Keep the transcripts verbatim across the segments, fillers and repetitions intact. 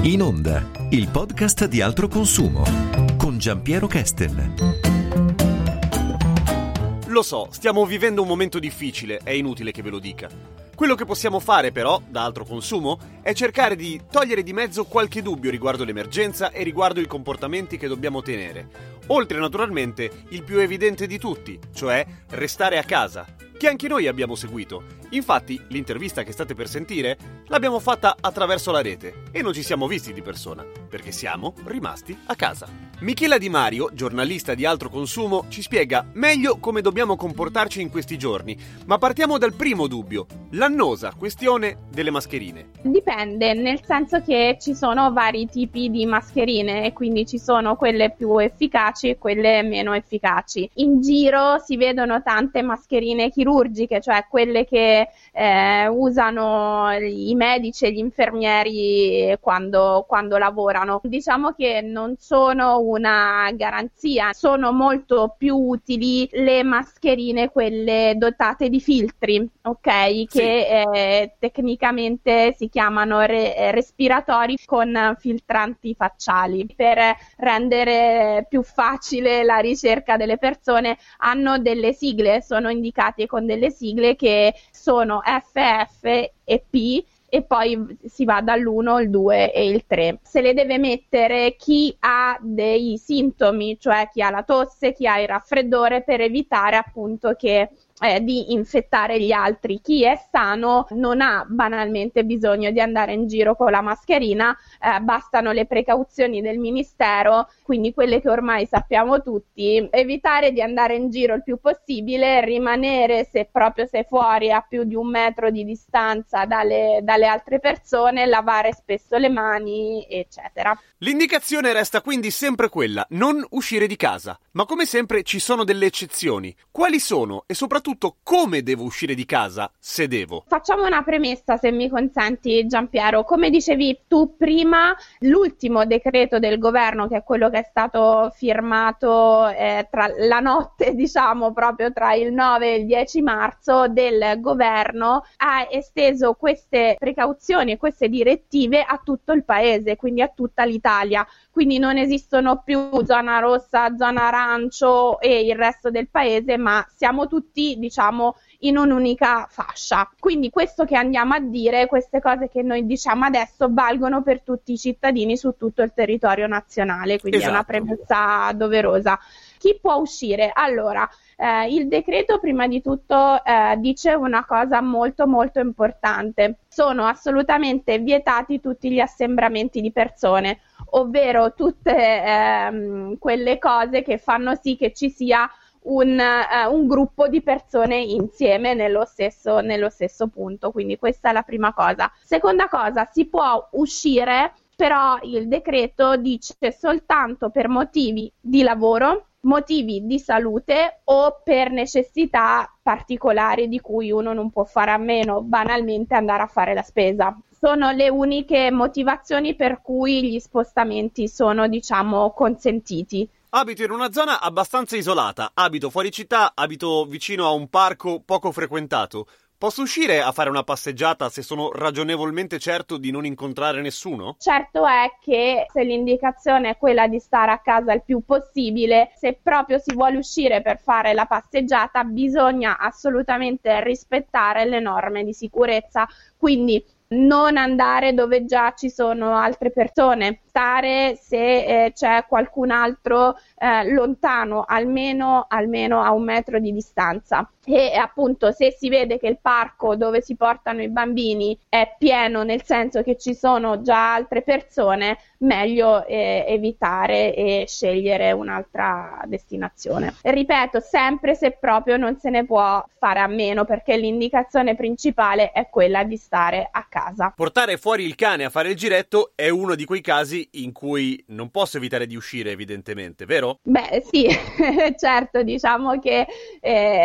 In Onda, il podcast di Altro Consumo con Giampiero Kesten. Lo so, stiamo vivendo un momento difficile, è inutile che ve lo dica. Quello che possiamo fare però, da Altro Consumo, è cercare di togliere di mezzo qualche dubbio riguardo l'emergenza e riguardo i comportamenti che dobbiamo tenere. Oltre naturalmente il più evidente di tutti, cioè restare a casa, che anche noi abbiamo seguito. Infatti, l'intervista che state per sentire l'abbiamo fatta attraverso la rete e non ci siamo visti di persona, perché siamo rimasti a casa. Michela Di Mario, giornalista di Altro Consumo, ci spiega meglio come dobbiamo comportarci in questi giorni, ma partiamo dal primo dubbio, l'annosa questione delle mascherine. Dipende, nel senso che ci sono vari tipi di mascherine e quindi ci sono quelle più efficaci e quelle meno efficaci. In giro si vedono tante mascherine chirurgiche, cioè quelle che eh, usano i medici e gli infermieri quando, quando lavorano. Diciamo che non sono una garanzia, sono molto più utili le mascherine quelle dotate di filtri, ok? Che Sì. eh, tecnicamente si chiamano re- respiratori con filtranti facciali. Per rendere più facile la ricerca delle persone hanno delle sigle, sono indicati con delle sigle che sono F F e P e poi si va dall'uno, il due e il tre. Se le deve mettere chi ha dei sintomi, cioè chi ha la tosse, chi ha il raffreddore, per evitare appunto che Eh, di infettare gli altri. Chi è sano non ha banalmente bisogno di andare in giro con la mascherina, eh, bastano le precauzioni del ministero, quindi quelle che ormai sappiamo tutti: evitare di andare in giro il più possibile, rimanere, se proprio sei fuori, a più di un metro di distanza dalle, dalle altre persone, lavare spesso le mani, eccetera. L'indicazione resta quindi sempre quella, non uscire di casa. Ma come sempre ci sono delle eccezioni. Quali sono e soprattutto come devo uscire di casa, se devo? Facciamo una premessa, se mi consenti, Giampiero. Come dicevi tu prima, l'ultimo decreto del governo, che è quello che è stato firmato eh, tra la notte, diciamo, proprio tra il nove e il dieci marzo del governo, ha esteso queste precauzioni e queste direttive a tutto il paese, quindi a tutta l'Italia. Quindi non esistono più zona rossa, zona arancio e il resto del paese, ma siamo tutti, diciamo, in un'unica fascia. Quindi questo che andiamo a dire, queste cose che noi diciamo adesso, valgono per tutti i cittadini su tutto il territorio nazionale, quindi Esatto. È una premessa doverosa. Chi può uscire? Allora, eh, il decreto prima di tutto eh, dice una cosa molto molto importante: sono assolutamente vietati tutti gli assembramenti di persone, ovvero tutte ehm, quelle cose che fanno sì che ci sia un, uh, un gruppo di persone insieme nello stesso, nello stesso punto. Quindi questa è la prima cosa. Seconda cosa, si può uscire, però il decreto dice soltanto per motivi di lavoro, motivi di salute o per necessità particolari di cui uno non può fare a meno, banalmente andare a fare la spesa. Sono le uniche motivazioni per cui gli spostamenti sono, diciamo, consentiti. Abito in una zona abbastanza isolata, abito fuori città, abito vicino a un parco poco frequentato. Posso uscire a fare una passeggiata se sono ragionevolmente certo di non incontrare nessuno? Certo è che se l'indicazione è quella di stare a casa il più possibile, se proprio si vuole uscire per fare la passeggiata, bisogna assolutamente rispettare le norme di sicurezza, quindi non andare dove già ci sono altre persone, stare se eh, c'è qualcun altro eh, lontano, almeno, almeno a un metro di distanza. E appunto, se si vede che il parco dove si portano i bambini è pieno, nel senso che ci sono già altre persone, meglio eh, evitare e scegliere un'altra destinazione. E ripeto, sempre se proprio non se ne può fare a meno, perché l'indicazione principale è quella di stare a casa. Portare fuori il cane a fare il giretto è uno di quei casi in cui non posso evitare di uscire, evidentemente, vero? Beh sì, certo, diciamo che eh,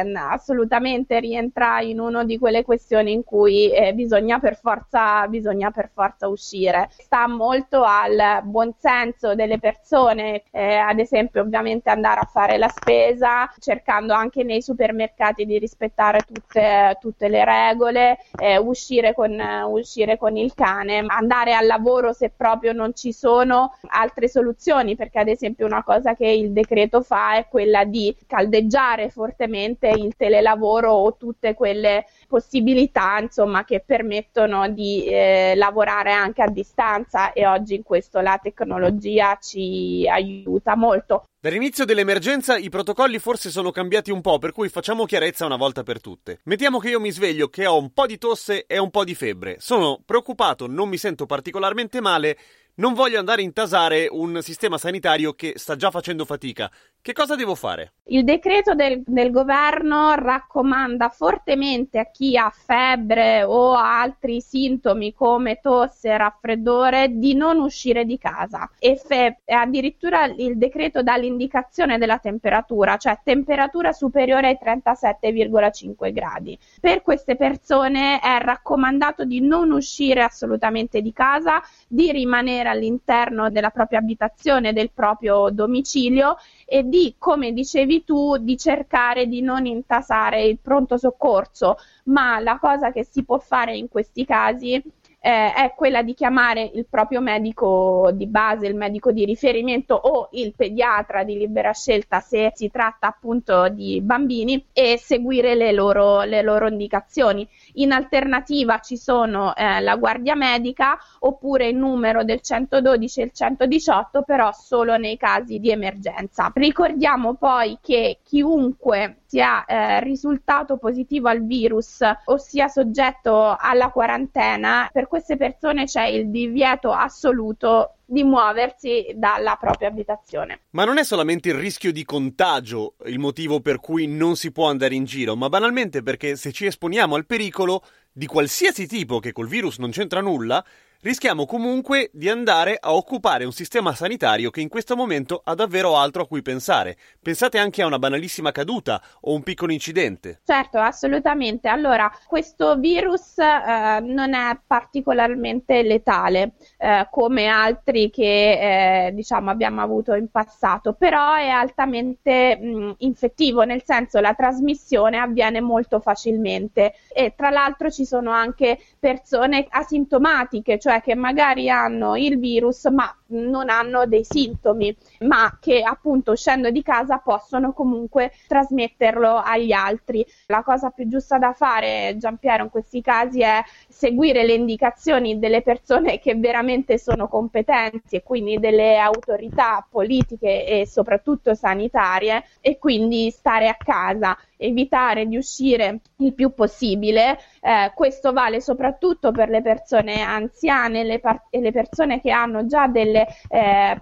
assolutamente rientra in una di quelle questioni in cui eh, bisogna per forza bisogna per forza uscire. Sta molto al buonsenso delle persone, eh, ad esempio ovviamente andare a fare la spesa, cercando anche nei supermercati di rispettare tutte, tutte le regole, eh, uscire con, uscire con il cane, andare al lavoro se proprio non ci sono altre soluzioni, perché ad esempio una cosa che il decreto fa è quella di caldeggiare fortemente il telelavoro o tutte quelle possibilità insomma che permettono di eh, lavorare anche a distanza, e oggi in questo la tecnologia ci aiuta molto. Dall'inizio dell'emergenza i protocolli forse sono cambiati un po', per cui facciamo chiarezza una volta per tutte. Mettiamo che io mi sveglio che ho un po' di tosse e un po' di febbre. Sono preoccupato, non mi sento particolarmente male, non voglio andare a intasare un sistema sanitario che sta già facendo fatica. Che cosa devo fare? Il decreto del, del governo raccomanda fortemente a chi ha febbre o altri sintomi come tosse, raffreddore di non uscire di casa, e fe- addirittura il decreto dà l'indicazione della temperatura, cioè temperatura superiore ai trentasette virgola cinque gradi. Per queste persone è raccomandato di non uscire assolutamente di casa, di rimanere all'interno della propria abitazione, del proprio domicilio, e di, come dicevi tu, di cercare di non intasare il pronto soccorso. Ma la cosa che si può fare in questi casi eh, è quella di chiamare il proprio medico di base, il medico di riferimento o il pediatra di libera scelta se si tratta appunto di bambini, e seguire le loro, le loro indicazioni. In alternativa ci sono eh, la guardia medica oppure il numero del centododici e il centodiciotto, però solo nei casi di emergenza. Ricordiamo poi che chiunque sia eh, risultato positivo al virus o sia soggetto alla quarantena, per queste persone c'è il divieto assoluto di muoversi dalla propria abitazione. Ma non è solamente il rischio di contagio il motivo per cui non si può andare in giro, ma banalmente perché se ci esponiamo al pericolo di qualsiasi tipo, che col virus non c'entra nulla, rischiamo comunque di andare a occupare un sistema sanitario che in questo momento ha davvero altro a cui pensare. Pensate anche a una banalissima caduta o un piccolo incidente. Certo, assolutamente. Allora, questo virus eh, non è particolarmente letale eh, come altri che eh, diciamo abbiamo avuto in passato, però è altamente mh, infettivo, nel senso la trasmissione avviene molto facilmente, e tra l'altro ci sono anche persone asintomatiche, cioè che magari hanno il virus ma non hanno dei sintomi, ma che appunto uscendo di casa possono comunque trasmetterlo agli altri. La cosa più giusta da fare, Giampiero, in questi casi è seguire le indicazioni delle persone che veramente sono competenti, e quindi delle autorità politiche e soprattutto sanitarie, e quindi stare a casa, evitare di uscire il più possibile. Eh, questo vale soprattutto per le persone anziane le par- e le persone che hanno già delle eh,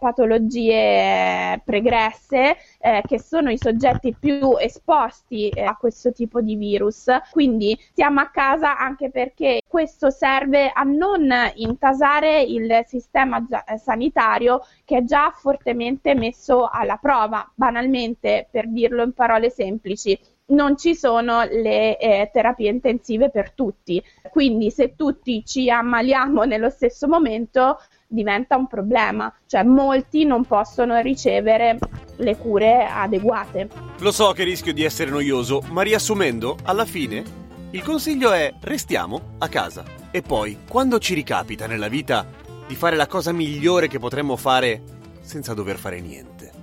patologie pregresse, eh, che sono i soggetti più esposti eh, a questo tipo di virus. Quindi stiamo a casa anche perché questo serve a non intasare il sistema già- sanitario, che è già fortemente messo alla prova. Banalmente, per dirlo in parole semplici, non ci sono le eh, terapie intensive per tutti, quindi se tutti ci ammaliamo nello stesso momento diventa un problema, cioè molti non possono ricevere le cure adeguate. Lo so che rischio di essere noioso, ma riassumendo, alla fine il consiglio è: restiamo a casa, e poi quando ci ricapita nella vita di fare la cosa migliore che potremmo fare senza dover fare niente.